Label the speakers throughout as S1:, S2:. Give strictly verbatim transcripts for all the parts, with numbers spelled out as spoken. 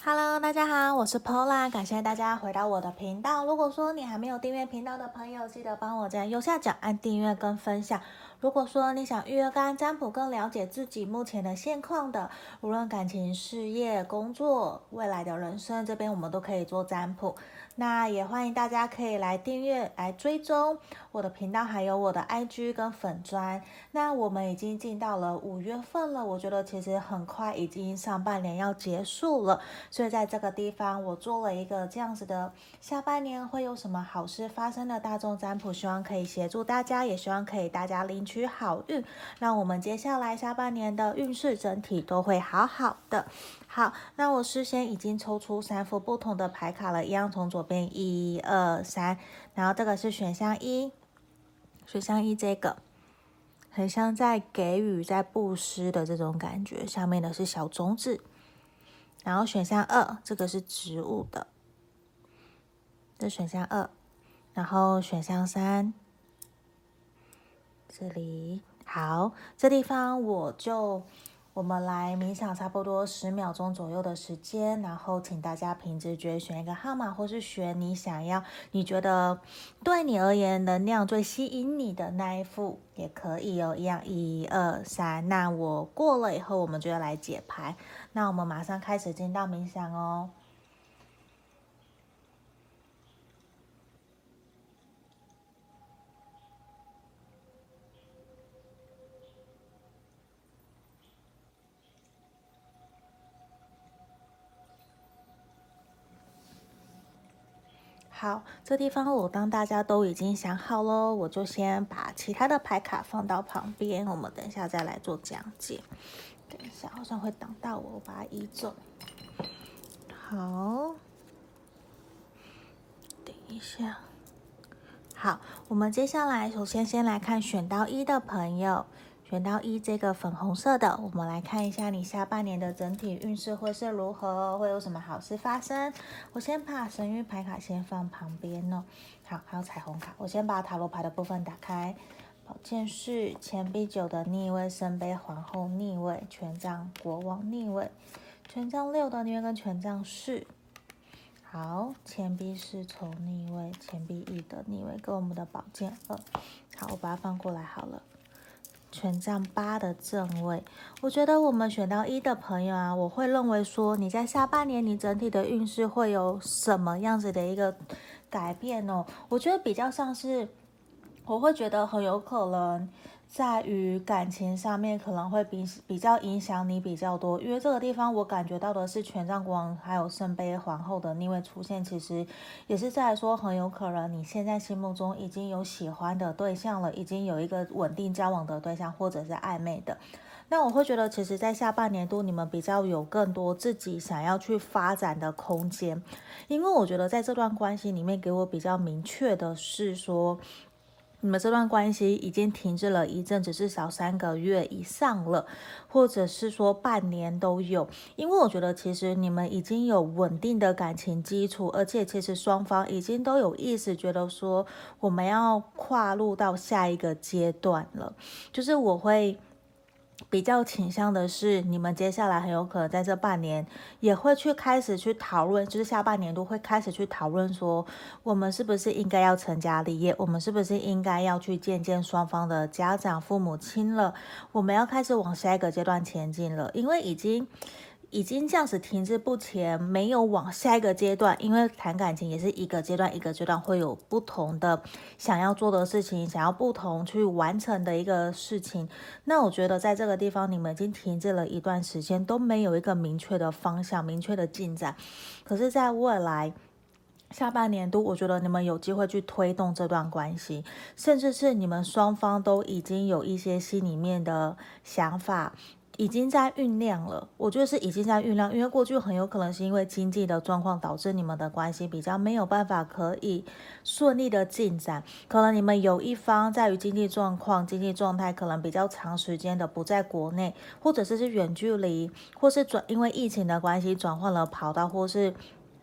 S1: Hello，大家好，我是 Pola，感谢大家回到我的频道。如果说你还没有订阅频道的朋友，记得帮我在右下角按订阅跟分享。如果说你想预约个案占卜，更了解自己目前的现况的，无论感情、事业、工作、未来的人生，这边我们都可以做占卜。那也欢迎大家可以来订阅、来追踪我的频道，还有我的 I G 跟粉专。那我们已经进到了五月份了，我觉得其实很快已经上半年要结束了，所以在这个地方我做了一个这样子的下半年会有什么好事发生的大众占卜，希望可以协助大家，也希望可以大家领取好运，让我们接下来下半年的运势整体都会好好的。好，那我事先已经抽出三副不同的牌卡了，一样从左边一二三，然后这个是选项一，选项一这个很像在给予、在布施的这种感觉，下面的是小种子。然后选项二，这个是植物的，这选项二。然后选项三，这里好，这地方我就我们来冥想差不多十秒钟左右的时间，然后请大家凭直觉选一个号码，或是选你想要、你觉得对你而言能量最吸引你的那一副也可以哦。一样，一二三，那我过了以后，我们就要来解牌。那我们马上开始进到冥想哦。好，这地方我当大家都已经想好咯，我就先把其他的牌卡放到旁边，我们等一下再来做讲解。等一下好像会挡到我，我把它移走。好，等一下。好，我们接下来首先先来看选到一的朋友，选到一这个粉红色的，我们来看一下你下半年的整体运势会是如何，会有什么好事发生。我先把神谕牌卡先放旁边哦。好，还有彩虹卡，我先把塔罗牌的部分打开。宝剑四、钱币九的逆位、圣杯皇后逆位、权杖国王逆位、权杖六的逆位跟权杖四。好，钱币四从逆位，钱币一的逆位，跟我们的宝剑二。好，我把它放过来好了。权杖八的正位，我觉得我们选到一的朋友啊，我会认为说你在下半年你整体的运势会有什么样子的一个改变哦？我觉得比较像是，我会觉得很有可能在于感情上面可能会比比较影响你比较多，因为这个地方我感觉到的是权杖国王还有圣杯皇后的逆位出现，其实也是在说很有可能你现在心目中已经有喜欢的对象了，已经有一个稳定交往的对象或者是暧昧的。那我会觉得其实在下半年度你们比较有更多自己想要去发展的空间，因为我觉得在这段关系里面给我比较明确的是说，你们这段关系已经停滞了一阵子，至少三个月以上了，或者是说半年都有。因为我觉得其实你们已经有稳定的感情基础，而且其实双方已经都有意识，觉得说我们要跨入到下一个阶段了。就是我会比较倾向的是，你们接下来很有可能在这半年也会去开始去讨论，就是下半年度会开始去讨论说，我们是不是应该要成家立业，我们是不是应该要去见见双方的家长、父母亲了，我们要开始往下一个阶段前进了，因为已经。已经这样子停滞不前，没有往下一个阶段，因为谈感情也是一个阶段一个阶段会有不同的想要做的事情，想要不同去完成的一个事情。那我觉得在这个地方你们已经停滞了一段时间，都没有一个明确的方向、明确的进展。可是在未来下半年度，我觉得你们有机会去推动这段关系，甚至是你们双方都已经有一些心里面的想法，已经在酝酿了。我觉得是已经在酝酿，因为过去很有可能是因为经济的状况导致你们的关系比较没有办法可以顺利的进展，可能你们有一方在于经济状况、经济状态可能比较长时间的不在国内，或者是是远距离，或是转因为疫情的关系转换了跑道，或是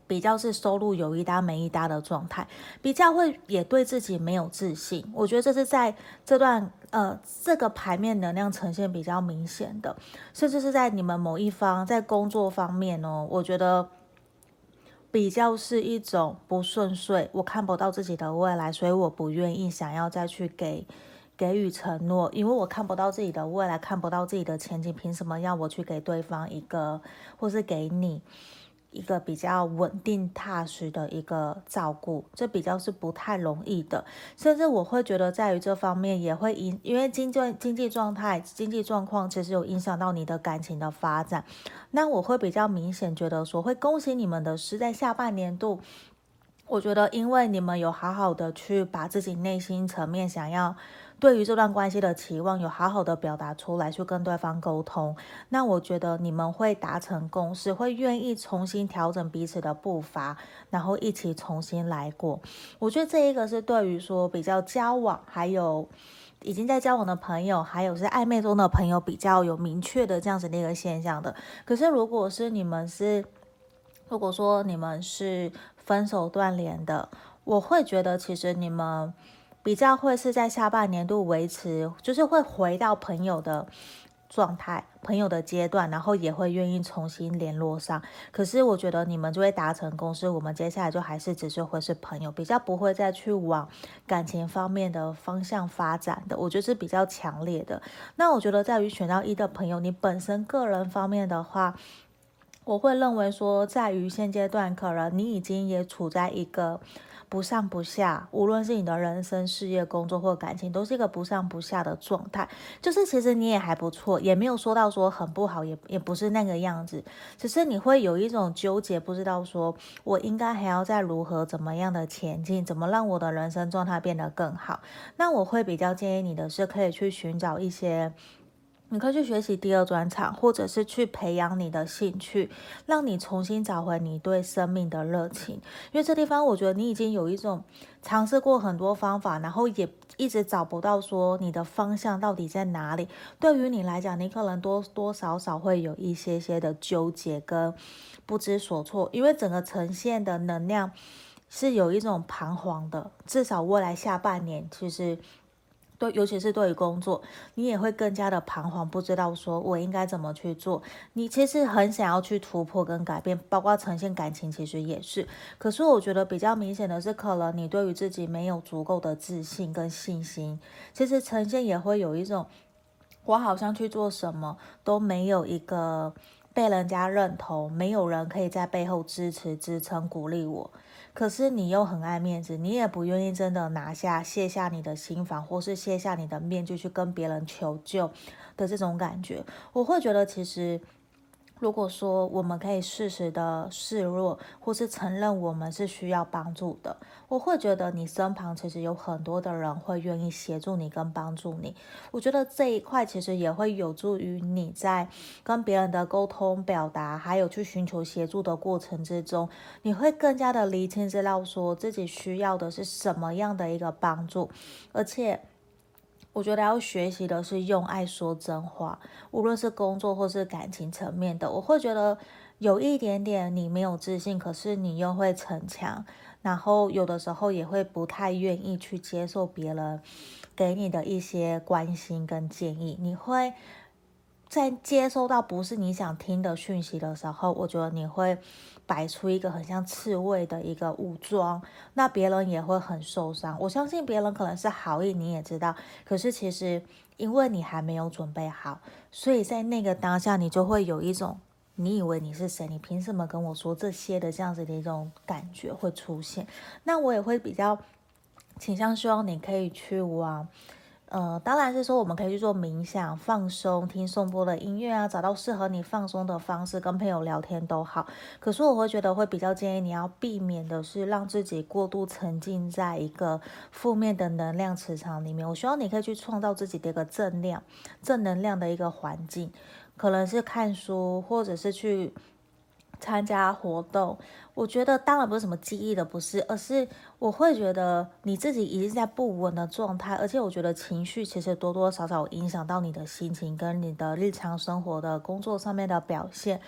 S1: 比较是收入有一搭没一搭的状态，比较会也对自己没有自信。我觉得这是在这段呃这个牌面能量呈现比较明显的，甚至是在你们某一方在工作方面哦，我觉得比较是一种不顺遂，我看不到自己的未来，所以我不愿意想要再去给给予承诺，因为我看不到自己的未来，看不到自己的前景，凭什么要我去给对方一个，或是给你一个比较稳定踏实的一个照顾，这比较是不太容易的。甚至我会觉得在于这方面也会影，因为经济经济状态、经济状况其实有影响到你的感情的发展。那我会比较明显觉得说，会恭喜你们的是在下半年度。我觉得，因为你们有好好的去把自己内心层面想要对于这段关系的期望，有好好的表达出来，去跟对方沟通。那我觉得你们会达成共识，会愿意重新调整彼此的步伐，然后一起重新来过。我觉得这一个是对于说比较交往，还有已经在交往的朋友，还有是暧昧中的朋友，比较有明确的这样子的一个现象的。可是如果是你们是，如果说你们是分手断联的，我会觉得其实你们比较会是在下半年度维持，就是会回到朋友的状态、朋友的阶段，然后也会愿意重新联络上。可是我觉得你们就会达成共识，我们接下来就还是只是会是朋友，比较不会再去往感情方面的方向发展的。我觉得是比较强烈的。那我觉得在于选到一的朋友，你本身个人方面的话，我会认为说，在于现阶段，可能你已经也处在一个不上不下，无论是你的人生、事业、工作或感情，都是一个不上不下的状态。就是其实你也还不错，也没有说到说很不好，也也不是那个样子，只是你会有一种纠结，不知道说我应该还要再如何怎么样的前进，怎么让我的人生状态变得更好。那我会比较建议你的是，可以去寻找一些。你可以去学习第二专长，或者是去培养你的兴趣，让你重新找回你对生命的热情。因为这地方，我觉得你已经有一种尝试过很多方法，然后也一直找不到说你的方向到底在哪里。对于你来讲，你可能多多少少会有一些些的纠结跟不知所措，因为整个呈现的能量是有一种彷徨的。至少未来下半年，其实。对，尤其是对于工作，你也会更加的彷徨，不知道说我应该怎么去做。你其实很想要去突破跟改变，包括呈现感情，其实也是。可是我觉得比较明显的是，可能你对于自己没有足够的自信跟信心，其实呈现也会有一种，我好像去做什么都没有一个被人家认同，没有人可以在背后支持、支撑、鼓励我。可是你又很爱面子，你也不愿意真的拿下、卸下你的心防，或是卸下你的面具去跟别人求救的这种感觉，我会觉得其实。如果说我们可以适时的示弱，或是承认我们是需要帮助的，我会觉得你身旁其实有很多的人会愿意协助你跟帮助你。我觉得这一块其实也会有助于你在跟别人的沟通表达，还有去寻求协助的过程之中，你会更加的厘清知道说自己需要的是什么样的一个帮助，而且。我觉得要学习的是用爱说真话，无论是工作或是感情层面的，我会觉得有一点点你没有自信，可是你又会逞强，然后有的时候也会不太愿意去接受别人给你的一些关心跟建议，你会在接收到不是你想听的讯息的时候，我觉得你会摆出一个很像刺猬的一个武装，那别人也会很受伤。我相信别人可能是好意，你也知道，可是其实因为你还没有准备好，所以在那个当下，你就会有一种你以为你是谁，你凭什么跟我说这些的这样子的一种感觉会出现。那我也会比较倾向希望你可以去往。呃，当然是说我们可以去做冥想、放松、听颂钵的音乐啊，找到适合你放松的方式，跟朋友聊天都好。可是我会觉得会比较建议你要避免的是让自己过度沉浸在一个负面的能量磁场里面。我希望你可以去创造自己的一个正量、正能量的一个环境，可能是看书，或者是去参加活动。我觉得当然不是什么记忆的不是，而是我会觉得你自己已经在不稳的状态，而且我觉得情绪其实多多少少影响到你的心情跟你的日常生活的工作上面的表现。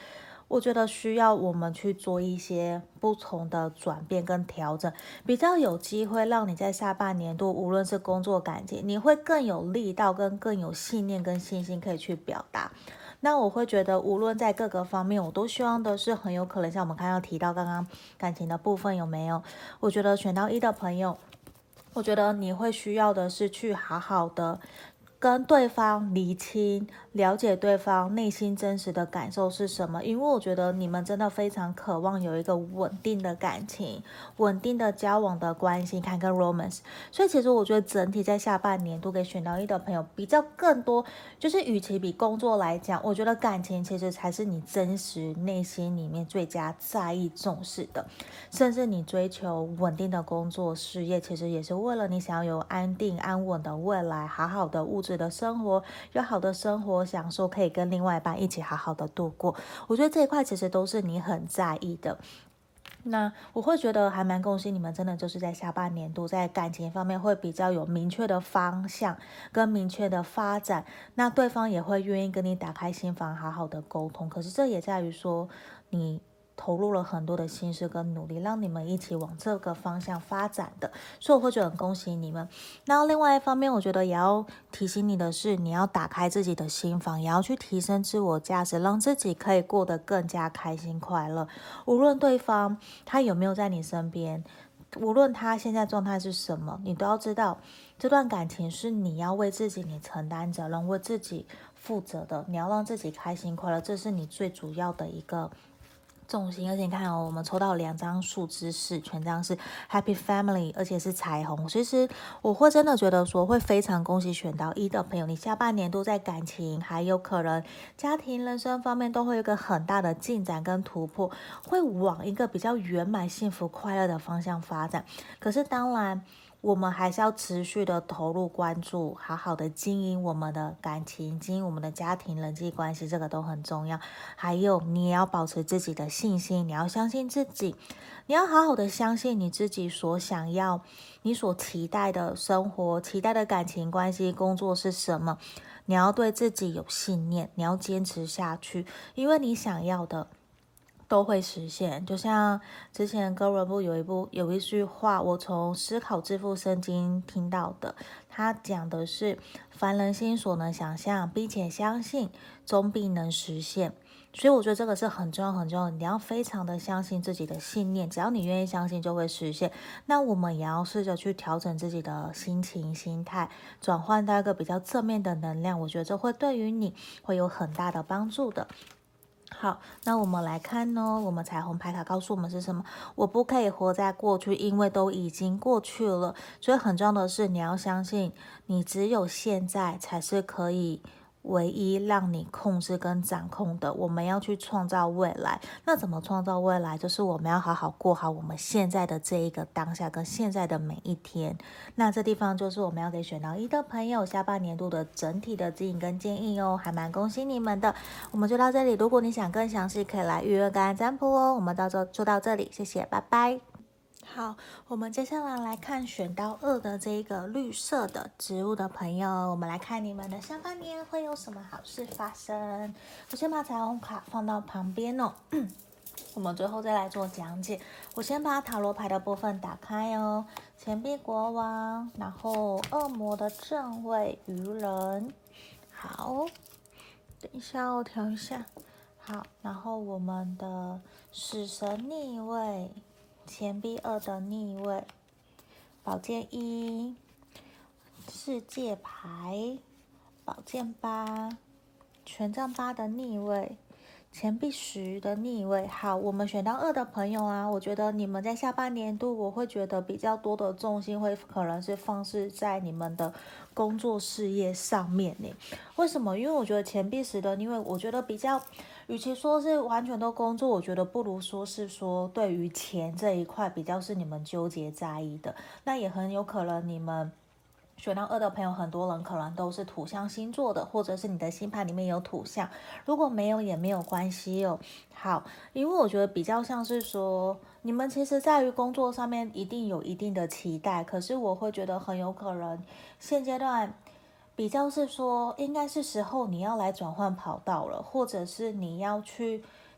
S1: 我觉得需要我们去做一些不同的转变跟调整，比较有机会让你在下半年度，无论是工作感情，你会更有力道跟更有信念跟信心可以去表达。那我会觉得，无论在各个方面，我都希望的是很有可能，像我们刚刚提到刚刚感情的部分有没有？我觉得选到一的朋友，我觉得你会需要的是去好好的跟对方厘清，了解对方内心真实的感受是什么。因为我觉得你们真的非常渴望有一个稳定的感情，稳定的交往的关系，看跟 romance。所以其实我觉得整体在下半年度给选到一的朋友比较更多，就是与其比工作来讲，我觉得感情其实才是你真实内心里面最佳在意重视的。甚至你追求稳定的工作事业，其实也是为了你想要有安定安稳的未来，好好的物质的生活，有好的生活享受，可以跟另外一半一起好好的度过。我觉得这一块其实都是你很在意的。那我会觉得还蛮恭喜你们，真的就是在下半年度在感情方面会比较有明确的方向跟明确的发展，那对方也会愿意跟你打开心房，好好的沟通。可是这也在于说你投入了很多的心思跟努力，让你们一起往这个方向发展的，所以我会觉得很恭喜你们。那另外一方面，我觉得也要提醒你的是，你要打开自己的心房，也要去提升自我价值，让自己可以过得更加开心快乐。无论对方他有没有在你身边，无论他现在状态是什么，你都要知道，这段感情是你要为自己你承担责任，为自己负责的。你要让自己开心快乐，这是你最主要的一个重心。而且你看哦，我们抽到两张树枝是全张是 Happy Family， 而且是彩虹。其实我会真的觉得说，会非常恭喜选到一的朋友，你下半年都在感情还有可能家庭人生方面都会有一个很大的进展跟突破，会往一个比较圆满幸福快乐的方向发展。可是当然我们还是要持续的投入关注，好好的经营我们的感情，经营我们的家庭人际关系，这个都很重要。还有你也要保持自己的信心，你要相信自己，你要好好的相信你自己所想要，你所期待的生活，期待的感情关系，工作是什么。你要对自己有信念，你要坚持下去，因为你想要的都会实现。就像之前哥伦布有一部有一句话，我从《思考致富圣经》听到的，他讲的是凡人心所能想象并且相信，终必能实现。所以我觉得这个是很重要很重要，你要非常的相信自己的信念，只要你愿意相信就会实现。那我们也要试着去调整自己的心情心态，转换到一个比较正面的能量，我觉得这会对于你会有很大的帮助的。好，那我们来看呢，我们彩虹牌卡告诉我们是什么？我不可以活在过去，因为都已经过去了。所以很重要的是，你要相信，你只有现在才是可以唯一让你控制跟掌控的。我们要去创造未来，那怎么创造未来？就是我们要好好过好我们现在的这一个当下跟现在的每一天。那这地方就是我们要给选到一的朋友下半年度的整体的指引跟建议哦，还蛮恭喜你们的。我们就到这里，如果你想更详细，可以来预约个案占卜哦。我们到这就到这里，谢谢，拜拜。好，我们接下来来看选到二的这个绿色的植物的朋友，我们来看你们的下半年会有什么好事发生。我先把彩虹卡放到旁边哦，我们最后再来做讲解。我先把塔罗牌的部分打开哦，钱币国王，然后恶魔的正位，愚人。好，等一下我调一下。好，然后我们的死神逆位。钱币二的逆位，宝剑一，世界牌，宝剑八，权杖八的逆位，钱币十的逆位。好，我们选到二的朋友啊，我觉得你们在下半年度，我会觉得比较多的重心会可能是放置在你们的工作事业上面呢。为什么？因为我觉得钱币十的逆位，我觉得比较。与其说是完全都工作，我觉得不如说是说对于钱这一块比较是你们纠结在意的。那也很有可能你们选到二的朋友，很多人可能都是土象星座的，或者是你的星盘里面有土象，如果没有也没有关系哦。好，因为我觉得比较像是说，你们其实在于工作上面一定有一定的期待，可是我会觉得很有可能现阶段比较是说，应该是时候你要来转换跑道了，或者是你要去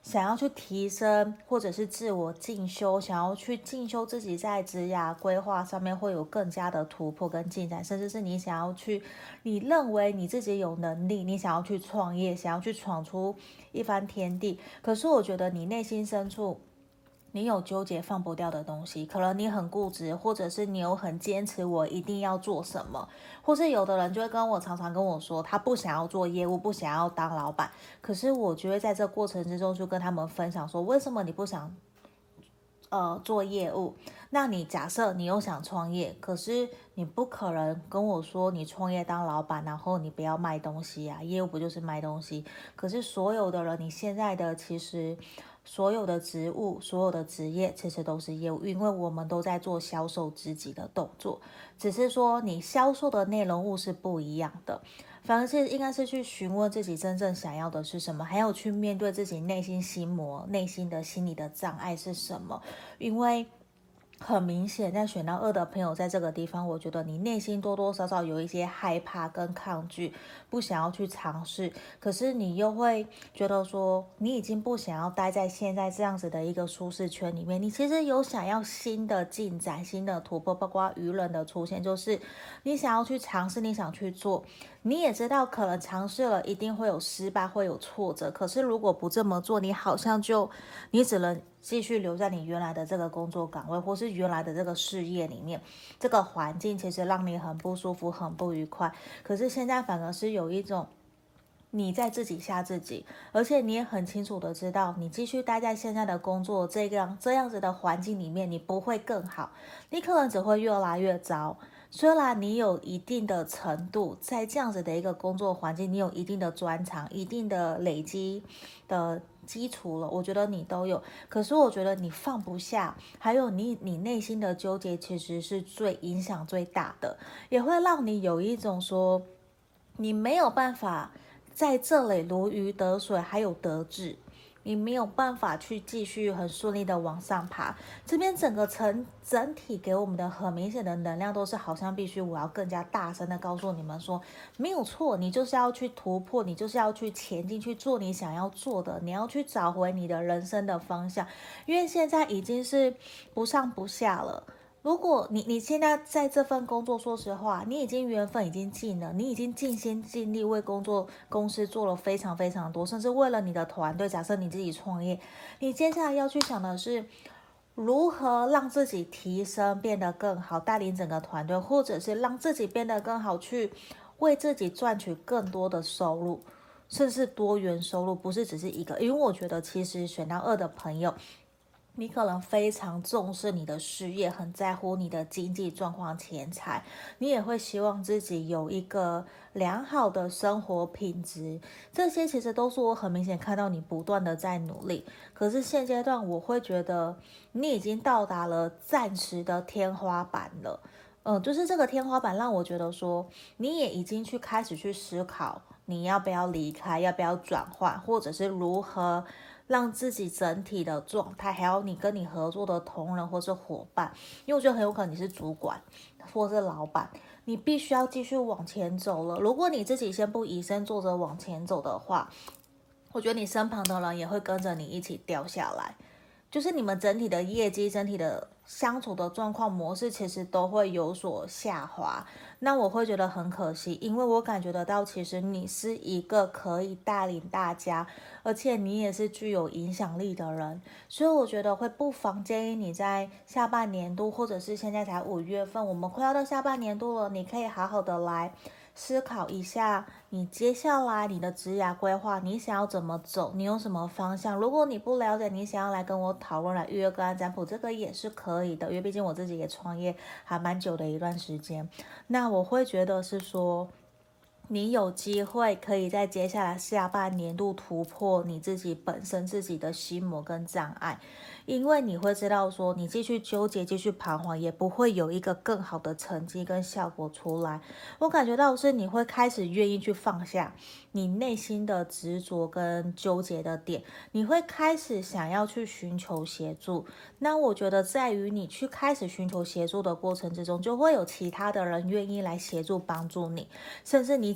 S1: 想要去提升，或者是自我进修，想要去进修自己在职涯规划上面会有更加的突破跟进展，甚至是你想要去，你认为你自己有能力，你想要去创业，想要去闯出一番天地。可是我觉得你内心深处，你有纠结放不掉的东西，可能你很固执，或者是你有很坚持我一定要做什么，或是有的人就会跟我常常跟我说他不想要做业务，不想要当老板，可是我就会在这过程之中就跟他们分享说，为什么你不想呃做业务？那你假设你又想创业，可是你不可能跟我说你创业当老板，然后你不要卖东西啊，业务不就是卖东西？可是所有的人，你现在的其实所有的职务、所有的职业其实都是业务，因为我们都在做销售自己的动作，只是说你销售的内容物是不一样的。反而是应该是去询问自己真正想要的是什么，还有去面对自己内心心魔、内心的心理的障碍是什么，因为很明显，在选到二的朋友，在这个地方，我觉得你内心多多少少有一些害怕跟抗拒，不想要去尝试。可是你又会觉得说，你已经不想要待在现在这样子的一个舒适圈里面，你其实有想要新的进展、新的突破，包括愚人的出现，就是你想要去尝试，你想去做，你也知道可能尝试了一定会有失败，会有挫折。可是如果不这么做，你好像就你只能继续留在你原来的这个工作岗位，或是原来的这个事业里面，这个环境其实让你很不舒服、很不愉快。可是现在反而是有一种你在自己吓自己，而且你也很清楚的知道，你继续待在现在的工作这样这样子的环境里面，你不会更好，你可能只会越来越糟。虽然你有一定的程度，在这样子的一个工作环境，你有一定的专长、一定的累积的基础了，我觉得你都有。可是我觉得你放不下，还有你你内心的纠结，其实是最影响最大的，也会让你有一种说，你没有办法在这里如鱼得水，还有得志。你没有办法去继续很顺利的往上爬，这边整个整整体给我们的很明显的能量都是好像必须我要更加大声的告诉你们说，没有错，你就是要去突破，你就是要去前进，去做你想要做的，你要去找回你的人生的方向，因为现在已经是不上不下了。如果你你现在在这份工作，说实话，你已经缘分已经尽了，你已经尽心尽力为工作公司做了非常非常多，甚至为了你的团队，假设你自己创业，你接下来要去想的是如何让自己提升变得更好，带领整个团队，或者是让自己变得更好，去为自己赚取更多的收入，甚至是多元收入，不是只是一个。因为我觉得其实选到二的朋友，你可能非常重视你的事业，很在乎你的经济状况、钱财，你也会希望自己有一个良好的生活品质。这些其实都是我很明显看到你不断的在努力。可是现阶段，我会觉得你已经到达了暂时的天花板了。嗯，就是这个天花板让我觉得说，你也已经去开始去思考，你要不要离开，要不要转换，或者是如何让自己整体的状态，还有你跟你合作的同仁或是伙伴，因为我觉得很有可能你是主管或是老板，你必须要继续往前走了。如果你自己先不以身作则往前走的话，我觉得你身旁的人也会跟着你一起掉下来。就是你们整体的业绩、整体的相处的状况模式，其实都会有所下滑。那我会觉得很可惜，因为我感觉得到，其实你是一个可以带领大家，而且你也是具有影响力的人，所以我觉得会不妨建议你在下半年度，或者是现在才五月份，我们快要到下半年度了，你可以好好的来思考一下，你接下来你的职涯规划，你想要怎么走，你有什么方向？如果你不了解，你想要来跟我讨论，来预约个案占卜，这个也是可以的，因为毕竟我自己也创业还蛮久的一段时间。那我会觉得是说，你有机会可以在接下来下半年度突破你自己本身自己的心魔跟障碍，因为你会知道说，你继续纠结、继续彷徨，也不会有一个更好的成绩跟效果出来。我感觉到是你会开始愿意去放下你内心的执着跟纠结的点，你会开始想要去寻求协助。那我觉得在于你去开始寻求协助的过程之中，就会有其他的人愿意来协助帮助你，甚至你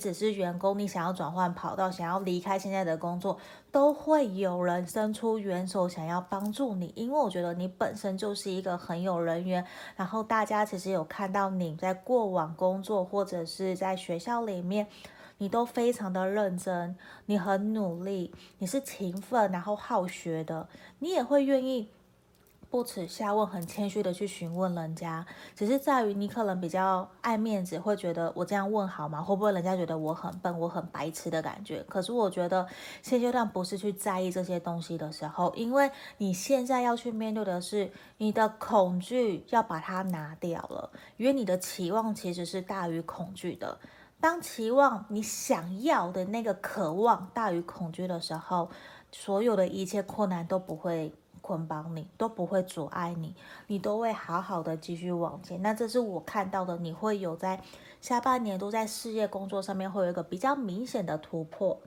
S1: 只是员工，你想要转换跑道，想要离开现在的工作，都会有人伸出援手想要帮助你，因为我觉得你本身就是一个很有人缘，然后大家其实有看到你在过往工作或者是在学校里面，你都非常的认真，你很努力，你是勤奋然后好学的，你也会愿意不耻下问，很谦虚的去询问人家，只是在于你可能比较爱面子，会觉得我这样问好吗？会不会人家觉得我很笨，我很白痴的感觉？可是我觉得现阶段不是去在意这些东西的时候，因为你现在要去面对的是你的恐惧，要把它拿掉了，因为你的期望其实是大于恐惧的。当期望你想要的那个渴望大于恐惧的时候，所有的一切困难都不会捆绑你，都不会阻碍你，你都会好好的继续往前。那这是我看到的，你会有在下半年都在事业工作上面会有一个比较明显的突破。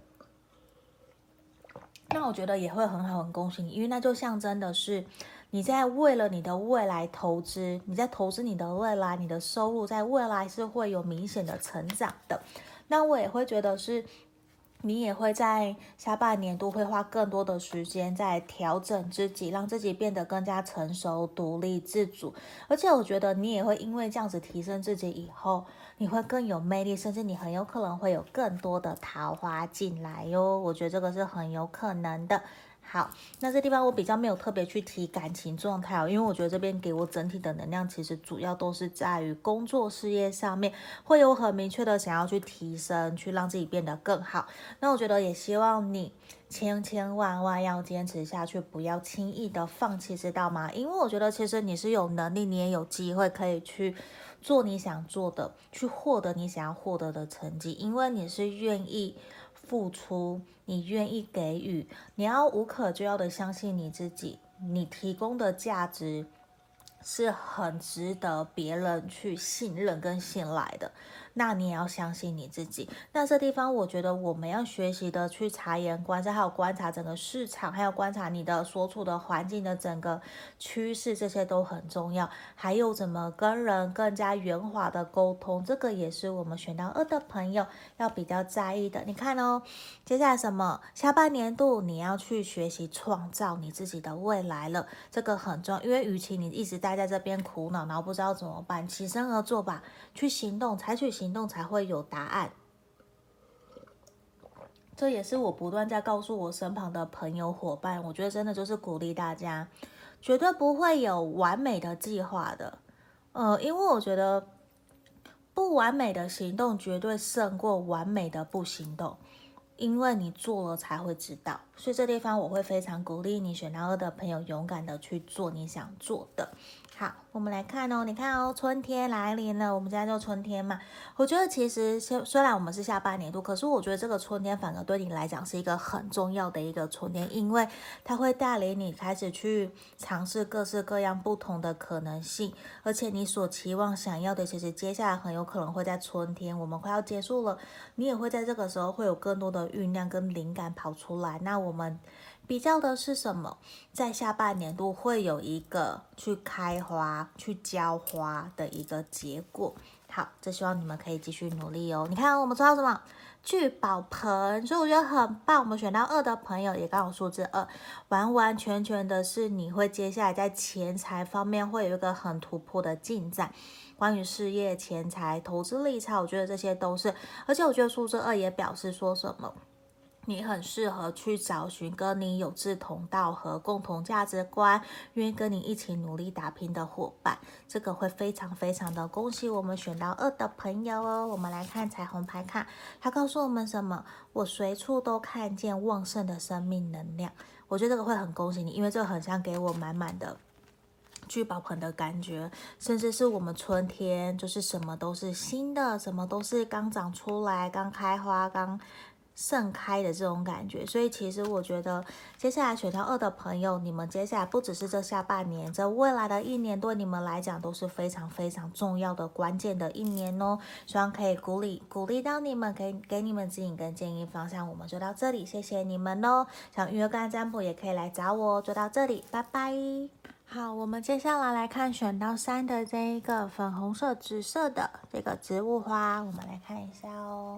S1: 那我觉得也会很好，很恭喜你，因为那就象征的是你在为了你的未来投资，你在投资你的未来，你的收入在未来是会有明显的成长的。那我也会觉得是你也会在下半年度会花更多的时间在调整自己，让自己变得更加成熟、独立、自主。而且我觉得你也会因为这样子提升自己以后，你会更有魅力，甚至你很有可能会有更多的桃花进来哟。我觉得这个是很有可能的。好，那这地方我比较没有特别去提感情状态哦，因为我觉得这边给我整体的能量，其实主要都是在于工作事业上面，会有很明确的想要去提升，去让自己变得更好。那我觉得也希望你千千万万要坚持下去，不要轻易的放弃，知道吗？因为我觉得其实你是有能力，你也有机会可以去做你想做的，去获得你想要获得的成绩，因为你是愿意付出，你愿意给予，你要无可救药的相信你自己，你提供的价值是很值得别人去信任跟信赖的，那你也要相信你自己。那这地方我觉得我们要学习的去察言观色，还有观察整个市场，还有观察你的所处的环境的整个趋势，这些都很重要。还有怎么跟人更加圆滑的沟通，这个也是我们选到二的朋友要比较在意的。你看哦，接下来什么？下半年度你要去学习创造你自己的未来了，这个很重要。因为与其你一直待在这边苦恼，然后不知道怎么办，起身而做吧，去行动，采取行动才会有答案。这也是我不断在告诉我身旁的朋友伙伴，我觉得真的就是鼓励大家，绝对不会有完美的计划的。呃，因为我觉得不完美的行动绝对胜过完美的不行动，因为你做了才会知道。所以这地方我会非常鼓励你选到二的朋友勇敢的去做你想做的。好，我们来看哦，你看哦，春天来临了，我们现在就春天嘛。我觉得其实虽然我们是下半年度，可是我觉得这个春天反而对你来讲是一个很重要的一个春天，因为它会带领你开始去尝试各式各样不同的可能性，而且你所期望想要的，其实接下来很有可能会在春天，我们快要结束了，你也会在这个时候会有更多的酝酿跟灵感跑出来。那我们比较的是什么？在下半年度会有一个去开花、去浇花的一个结果。好，这希望你们可以继续努力哦。你看，我们抽到什么？聚宝盆，所以我觉得很棒。我们选到二的朋友也刚好数字二，完完全全的是你会接下来在钱财方面会有一个很突破的进展。关于事业、钱财、投资理财，我觉得这些都是，而且我觉得数字二也表示说什么？你很适合去找寻跟你有志同道合、共同价值观、愿意跟你一起努力打拼的伙伴，这个会非常非常的恭喜我们选到二的朋友哦。我们来看彩虹牌卡，它告诉我们什么？我随处都看见旺盛的生命能量。我觉得这个会很恭喜你，因为这个很像给我满满的聚宝盆的感觉，甚至是我们春天就是什么都是新的，什么都是刚长出来、刚开花、刚盛开的这种感觉。所以其实我觉得接下来选到二的朋友，你们接下来不只是这下半年，这未来的一年对你们来讲都是非常非常重要的关键的一年哦。希望可以鼓励鼓励到你们，给给你们指引跟建议方向。我们就到这里，谢谢你们哦。想预约个案占卜也可以来找我哦。就到这里，拜拜。好，我们接下来来看选到三的这一个粉红色、紫色的这个植物花，我们来看一下哦。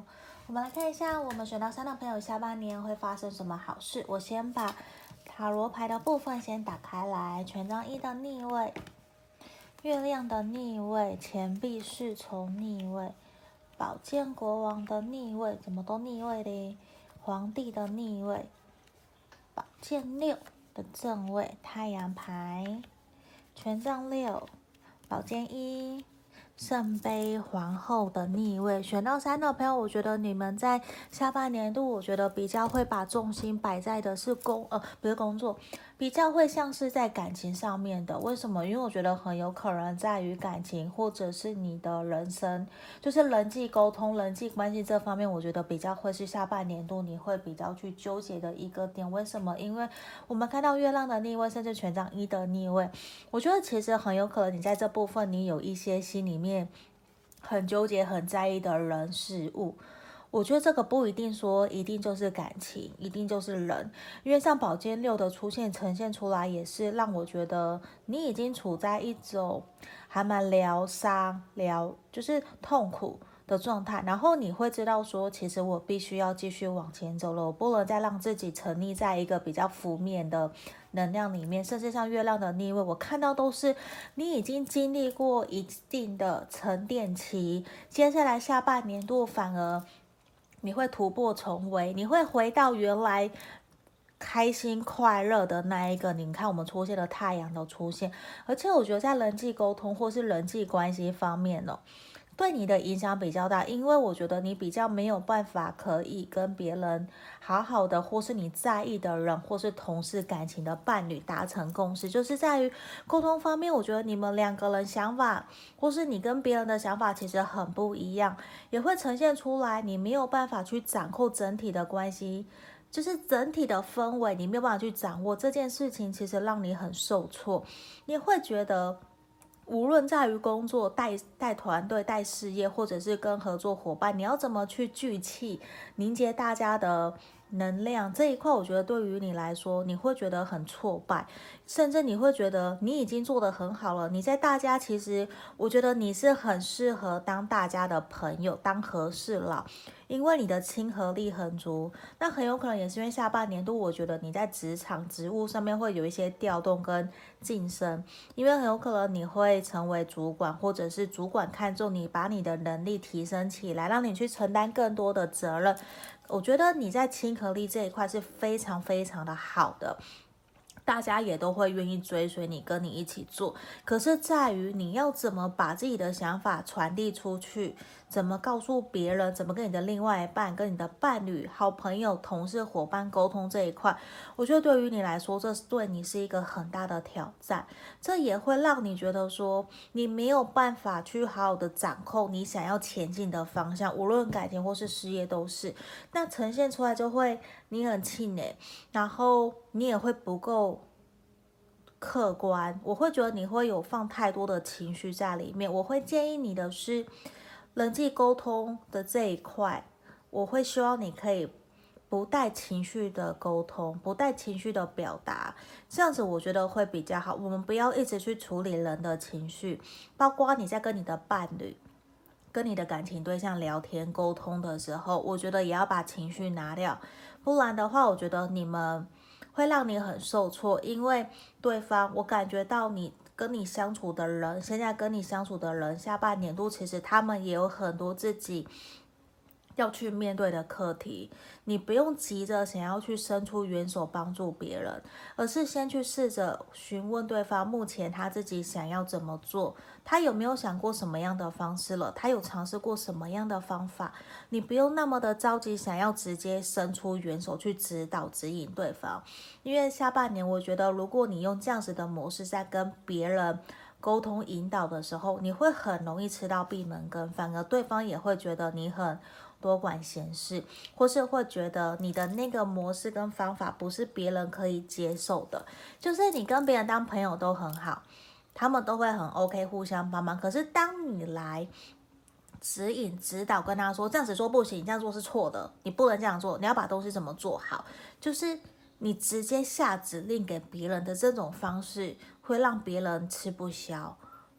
S1: 我们来看一下，我们选到三的朋友下半年会发生什么好事。我先把塔罗牌的部分先打开来，权杖一的逆位，月亮的逆位，钱币侍从逆位，宝剑国王的逆位，怎么都逆位嘞？皇帝的逆位，宝剑六的正位，太阳牌，权杖六，宝剑一。圣杯皇后的逆位，选到三的朋友，我觉得你们在下半年度，我觉得比较会把重心摆在的是工，呃，不是工作，比较会像是在感情上面的。为什么？因为我觉得很有可能在于感情，或者是你的人生，就是人际沟通、人际关系这方面，我觉得比较会是下半年度你会比较去纠结的一个点。为什么？因为我们看到月亮的逆位，甚至权杖一的逆位，我觉得其实很有可能你在这部分，你有一些心里面很纠结、很在意的人事物。我觉得这个不一定说一定就是感情，一定就是人，因为像宝剑六的出现呈现出来，也是让我觉得你已经处在一种还蛮疗伤、疗就是痛苦的状态，然后你会知道说，其实我必须要继续往前走了，我不能再让自己沉溺在一个比较负面的能量里面，甚至像月亮的逆位，我看到都是你已经经历过一定的沉淀期，接下来下半年度反而你会突破重围，你会回到原来开心快乐的那一个。你看我们出现了太阳的出现，而且我觉得在人际沟通或是人际关系方面呢，对你的影响比较大，因为我觉得你比较没有办法可以跟别人好好的，或是你在意的人，或是同事、感情的伴侣达成共识，就是在于沟通方面，我觉得你们两个人想法，或是你跟别人的想法其实很不一样，也会呈现出来，你没有办法去掌控整体的关系。就是整体的氛围，你没有办法去掌握这件事情，其实让你很受挫，你会觉得无论在于工作、带带团队、带事业，或者是跟合作伙伴，你要怎么去聚气、凝结大家的能量这一块，我觉得对于你来说，你会觉得很挫败，甚至你会觉得你已经做得很好了。你在大家其实，我觉得你是很适合当大家的朋友，当和事佬。因为你的亲和力很足，那很有可能也是因为下半年度，我觉得你在职场职务上面会有一些调动跟晋升，因为很有可能你会成为主管，或者是主管看中你，把你的能力提升起来，让你去承担更多的责任。我觉得你在亲和力这一块是非常非常的好的。大家也都会愿意追随你，跟你一起做。可是在于你要怎么把自己的想法传递出去，怎么告诉别人，怎么跟你的另外一半、跟你的伴侣、好朋友、同事、伙伴沟通这一块，我觉得对于你来说，这对你是一个很大的挑战。这也会让你觉得说，你没有办法去好好的掌控你想要前进的方向，无论感情或是事业都是。那呈现出来就会你很气馁，然后你也会不够客观，我会觉得你会有放太多的情绪在里面。我会建议你的是人际沟通的这一块，我会希望你可以不带情绪的沟通，不带情绪的表达，这样子我觉得会比较好。我们不要一直去处理人的情绪，包括你在跟你的伴侣、跟你的感情对象聊天沟通的时候，我觉得也要把情绪拿掉，不然的话，我觉得你们会让你很受挫，因为对方，我感觉到你跟你相处的人，现在跟你相处的人，下半年度其实他们也有很多自己要去面对的课题，你不用急着想要去伸出援手帮助别人，而是先去试着询问对方目前他自己想要怎么做，他有没有想过什么样的方式了，他有尝试过什么样的方法，你不用那么的着急想要直接伸出援手去指导指引对方，因为下半年我觉得如果你用这样子的模式在跟别人沟通引导的时候，你会很容易吃到闭门羹，反而对方也会觉得你很多管闲事，或是会觉得你的那个模式跟方法不是别人可以接受的，就是你跟别人当朋友都很好，他们都会很 OK 互相帮忙，可是当你来指引指导跟他说这样子做不行，这样做是错的，你不能这样做，你要把东西怎么做好，就是你直接下指令给别人的这种方式会让别人吃不消。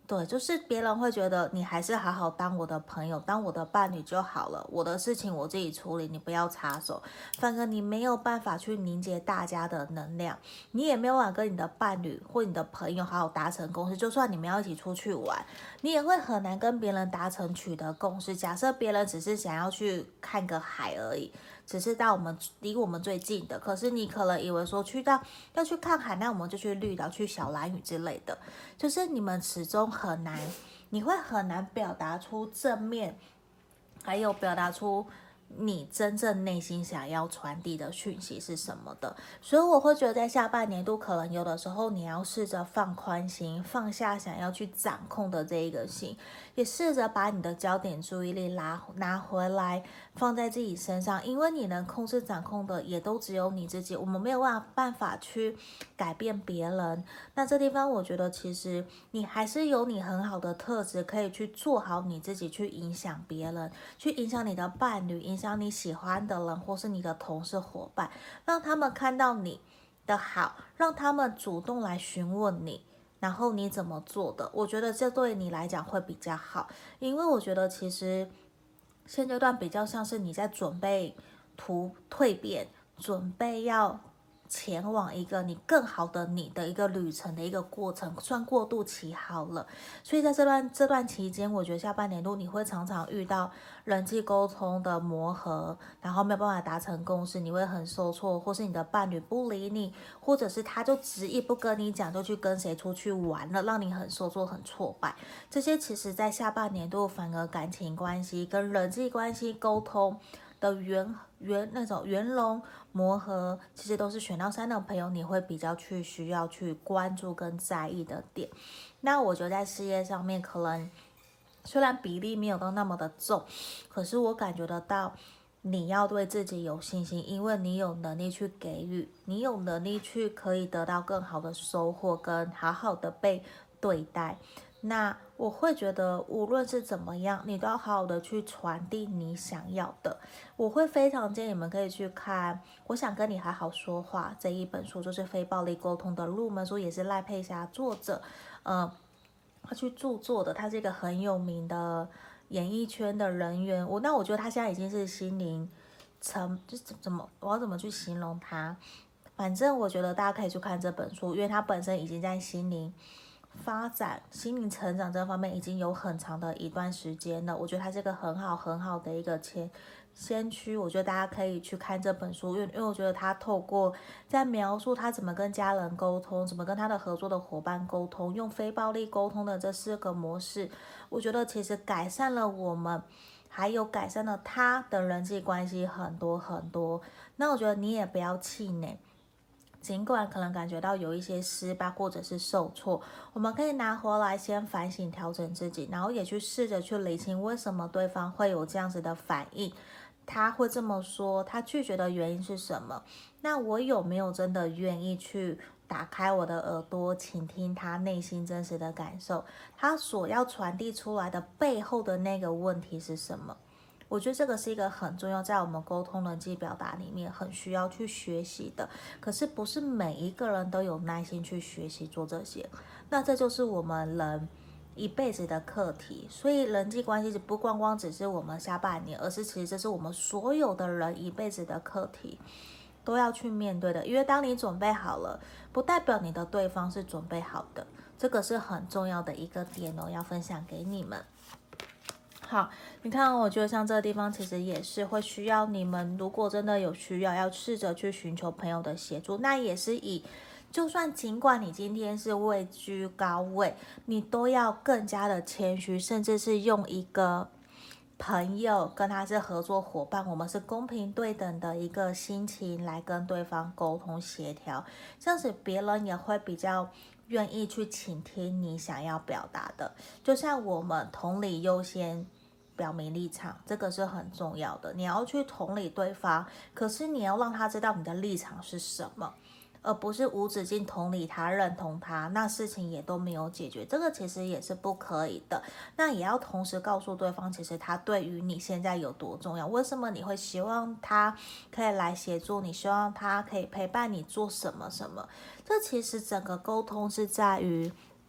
S1: 对，就是别人会觉得你还是好好当我的朋友，当我的伴侣就好了，我的事情我自己处理，你不要插手。反而你没有办法去凝结大家的能量，你也没有办法跟你的伴侣或你的朋友好好达成共识。就算你们要一起出去玩，你也会很难跟别人达成取得共识。假设别人只是想要去看个海而已，只是到我们离我们最近的，可是你可能以为说去到要去看海，那我们就去绿岛、去小兰屿之类的，就是你们始终很难，你会很难表达出正面，还有表达出你真正内心想要传递的讯息是什么的。所以我会觉得在下半年度，可能有的时候你要试着放宽心，放下想要去掌控的这一个心，也试着把你的焦点注意力拉拿回来，放在自己身上，因为你能控制掌控的也都只有你自己，我们没有办法办法去改变别人。那这地方我觉得其实你还是有你很好的特质，可以去做好你自己，去影响别人，去影响你的伴侣，影响你喜欢的人，或是你的同事伙伴，让他们看到你的好，让他们主动来询问你，然后你怎么做的，我觉得这对你来讲会比较好。因为我觉得其实现阶段比较像是你在准备突蜕变，准备要前往一个你更好的你的一个旅程的一个过程，算过渡期好了。所以在这段这段期间，我觉得下半年度你会常常遇到人际沟通的磨合，然后没有办法达成共识，你会很受挫，或是你的伴侣不理你，或者是他就执意不跟你讲，就去跟谁出去玩了，让你很受挫很挫败。这些其实在下半年度反而感情关系跟人际关系沟通的圆圆那种圆融磨合，其实都是选到三的朋友你会比较去需要去关注跟在意的点。那我觉得在事业上面可能虽然比例没有到那么的重，可是我感觉得到你要对自己有信心，因为你有能力去给予，你有能力去可以得到更好的收获，跟好好的被对待。那我会觉得无论是怎么样，你都要好好的去传递你想要的。我会非常建议你们可以去看《我想跟你好好说话》这一本书，就是非暴力沟通的入门书，也是赖佩霞作者，呃，他去著作的，他是一个很有名的演艺圈的人员。我那我觉得他现在已经是心灵成，就怎么我要怎么去形容他？反正我觉得大家可以去看这本书，因为他本身已经在心灵发展、心灵成长这方面已经有很长的一段时间了。我觉得它是一个很好很好的一个先先驱，我觉得大家可以去看这本书，因为因为我觉得他透过在描述他怎么跟家人沟通，怎么跟他的合作的伙伴沟通，用非暴力沟通的这四个模式，我觉得其实改善了我们，还有改善了他的人际关系很多很多。那我觉得你也不要气馁。尽管可能感觉到有一些失败或者是受挫，我们可以拿回来先反省调整自己，然后也去试着去理清为什么对方会有这样子的反应，他会这么说，他拒绝的原因是什么？那我有没有真的愿意去打开我的耳朵，倾听他内心真实的感受？他所要传递出来的背后的那个问题是什么？我觉得这个是一个很重要，在我们沟通人际表达里面很需要去学习的。可是不是每一个人都有耐心去学习做这些，那这就是我们人一辈子的课题。所以人际关系不光光只是我们下半年，而是其实这是我们所有的人一辈子的课题，都要去面对的。因为当你准备好了，不代表你的对方是准备好的，这个是很重要的一个点哦，要分享给你们。好，你看，我觉得像这个地方其实也是会需要你们，如果真的有需要，要试着去寻求朋友的协助，那也是以，就算尽管你今天是位居高位，你都要更加的谦虚，甚至是用一个朋友跟他是合作伙伴，我们是公平对等的一个心情来跟对方沟通协调，这样子别人也会比较愿意去倾听你想要表达的。就像我们同理优先表明立场，这个是很重要的。你要去同理对方，可是你要让他知道你的立场是什么，而不是无止境同理他、认同他，那事情也都没有解决，这个其实也是不可以的。那也要同时告诉对方，其实他对于你现在有多重要，为什么你会希望他可以来协助你，希望他可以陪伴你做什么什么。这其实整个沟通是在于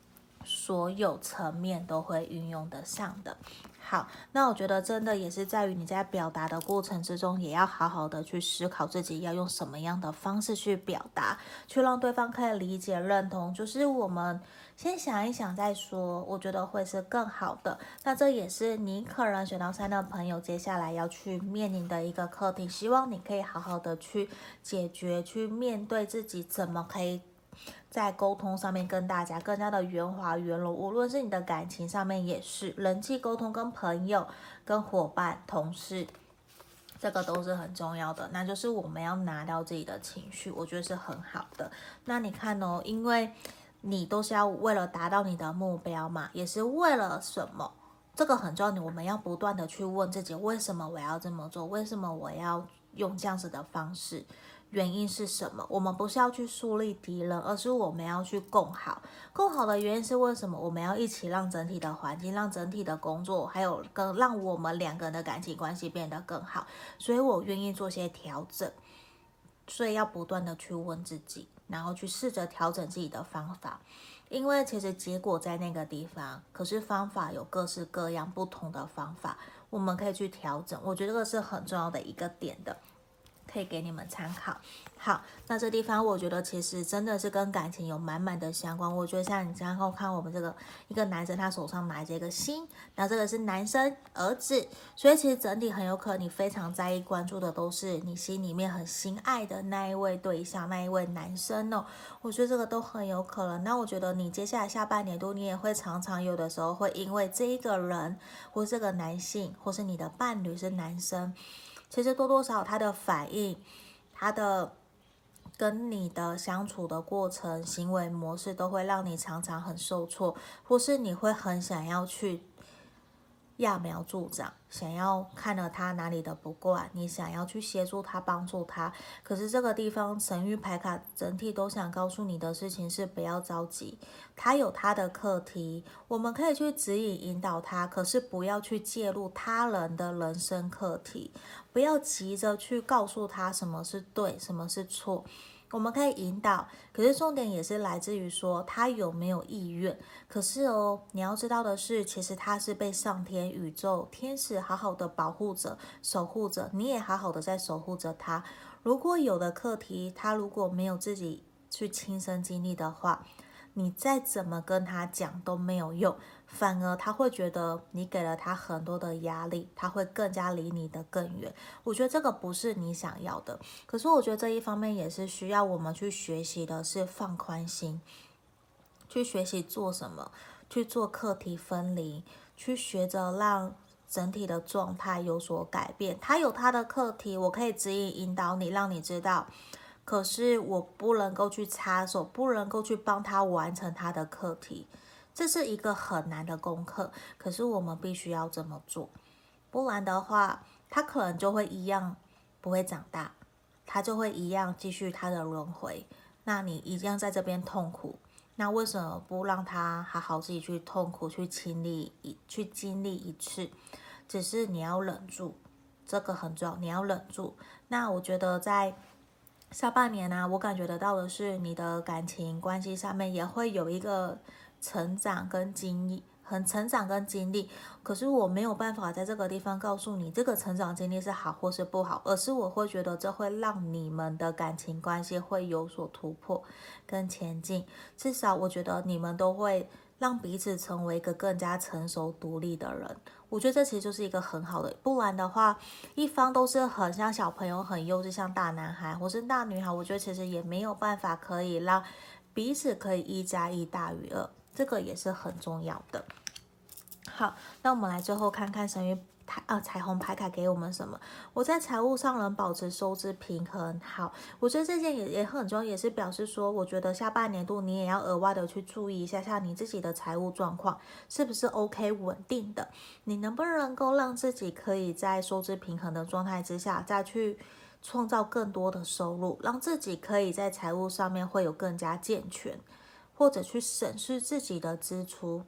S1: 所有层面都会运用得上的。好，那我觉得真的也是在于你在表达的过程之中，也要好好的去思考自己要用什么样的方式去表达，去让对方可以理解认同。就是我们先想一想再说，我觉得会是更好的。那这也是你可能选到三的朋友接下来要去面临的一个课题，希望你可以好好的去解决，去面对自己怎么可以在沟通上面跟大家更加的圆滑圆融，无论是你的感情上面也是，人际沟通跟朋友、跟伙伴、同事，这个都是很重要的。那就是我们要拿掉自己的情绪，我觉得是很好的。那你看哦，因为你都是要为了达到你的目标嘛，也是为了什么？这个很重要，我们要不断的去问自己，为什么我要这么做？为什么我要用这样子的方式？原因是什么？我们不是要去树立敌人，而是我们要去共好。共好的原因是为什么？我们要一起让整体的环境、让整体的工作，还有跟让我们两个人的感情关系变得更好。所以我愿意做些调整。所以要不断的去问自己，然后去试着调整自己的方法。因为其实结果在那个地方，可是方法有各式各样不同的方法，我们可以去调整。我觉得这个是很重要的一个点的。可以给你们参考。好，那这地方我觉得其实真的是跟感情有满满的相关。我觉得像你这样看我们这个一个男生，他手上拿着一个心，然后这个是男生儿子，所以其实整体很有可能你非常在意关注的都是你心里面很心爱的那一位对象，那一位男生哦。我觉得这个都很有可能。那我觉得你接下来下半年度你也会常常有的时候会因为这一个人或这个男性或是你的伴侣是男生，其实多多少少他的反应，他的跟你的相处的过程、行为模式都会让你常常很受挫，或是你会很想要去揠苗助长，想要看了他哪里的不惯，你想要去协助他、帮助他。可是这个地方神谕牌卡整体都想告诉你的事情是不要着急，他有他的课题，我们可以去指引引导他，可是不要去介入他人的人生课题，不要急着去告诉他什么是对，什么是错。我们可以引导，可是重点也是来自于说他有没有意愿。可是哦，你要知道的是，其实他是被上天、宇宙、天使好好的保护着、守护着，你也好好的在守护着他。如果有的课题，他如果没有自己去亲身经历的话，你再怎么跟他讲都没有用，反而他会觉得你给了他很多的压力，他会更加离你的更远。我觉得这个不是你想要的，可是我觉得这一方面也是需要我们去学习的，是放宽心，去学习做什么，去做课题分离，去学着让整体的状态有所改变。他有他的课题，我可以指引引导你，让你知道。可是我不能够去插手，不能够去帮他完成他的课题，这是一个很难的功课。可是我们必须要这么做，不然的话，他可能就会一样不会长大，他就会一样继续他的轮回。那你一样在这边痛苦，那为什么不让他好好自己去痛苦，去经历一去经历一次？只是你要忍住，这个很重要，你要忍住。那我觉得在下半年啊，我感觉得到的是你的感情关系上面也会有一个成长跟经历，很成长跟经历。可是我没有办法在这个地方告诉你这个成长经历是好或是不好，而是我会觉得这会让你们的感情关系会有所突破跟前进。至少我觉得你们都会让彼此成为一个更加成熟独立的人。我觉得这其实就是一个很好的，不然的话，一方都是很像小朋友很幼稚，像大男孩或是大女孩，我觉得其实也没有办法可以让彼此可以一加一大于二，这个也是很重要的。好，那我们来最后看看神谕彩呃彩虹牌卡给我们什么？我在财务上能保持收支平衡。好，我觉得这件也也很重要，也是表示说，我觉得下半年度你也要额外的去注意一下，像你自己的财务状况是不是 OK 稳定的，你能不能够让自己可以在收支平衡的状态之下，再去创造更多的收入，让自己可以在财务上面会有更加健全，或者去审视自己的支出。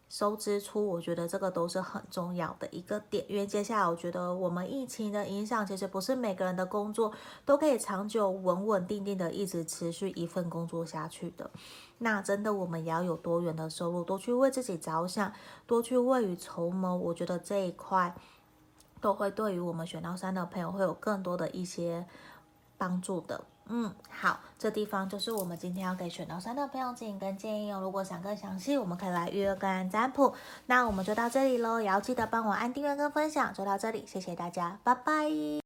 S1: 收支出，我觉得这个都是很重要的一个点，因为接下来我觉得我们疫情的影响，其实不是每个人的工作都可以长久稳稳定定的一直持续一份工作下去的。那真的我们也要有多元的收入，多去为自己着想，多去未雨绸缪，我觉得这一块都会对于我们选到三的朋友会有更多的一些帮助的。嗯，好，这地方就是我们今天要给选到三的朋友指引跟建议哦。如果想更详细，我们可以来预约个案占卜。那我们就到这里喽，也要记得帮我按订阅跟分享。就到这里，谢谢大家，拜拜。